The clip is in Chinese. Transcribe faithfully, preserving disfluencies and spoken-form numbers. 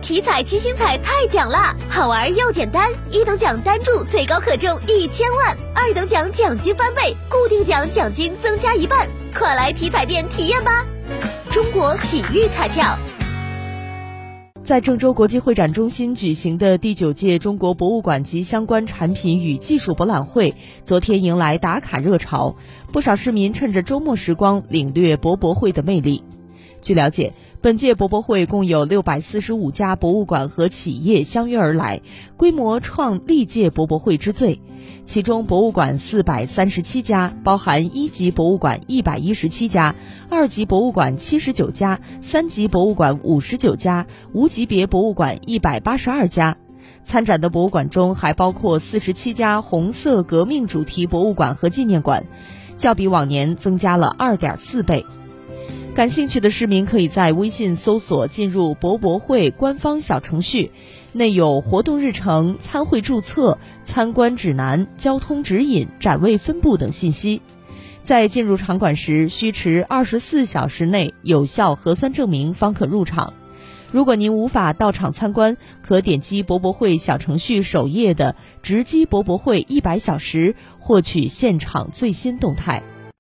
体彩七星彩太奖啦，好玩又简单，一等奖单注最高可中一千万，二等奖奖金翻倍，固定奖奖金增加一半，快来体彩店体验吧！中国体育彩票。 在郑州国际会展中心举行的第九届中国博物馆及相关产品与技术博览会，昨天迎来打卡热潮，不少市民趁着周末时光领略博博会的魅力。据了解，本届博博会共有六百四十五家博物馆和企业相约而来，规模创历届博博会之最。其中博物馆四百三十七家，包含一级博物馆一百一十七家，二级博物馆七十九家，三级博物馆五十九家，无级别博物馆一百八十二家。参展的博物馆中还包括四十七家红色革命主题博物馆和纪念馆，较比往年增加了 二点四倍。感兴趣的市民可以在微信搜索进入博博会官方小程序，内有活动日程、参会注册、参观指南、交通指引、展位分布等信息。在进入场馆时，需持二十四小时内有效核酸证明方可入场。如果您无法到场参观，可点击博博会小程序首页的直击博博会一百小时，获取现场最新动态。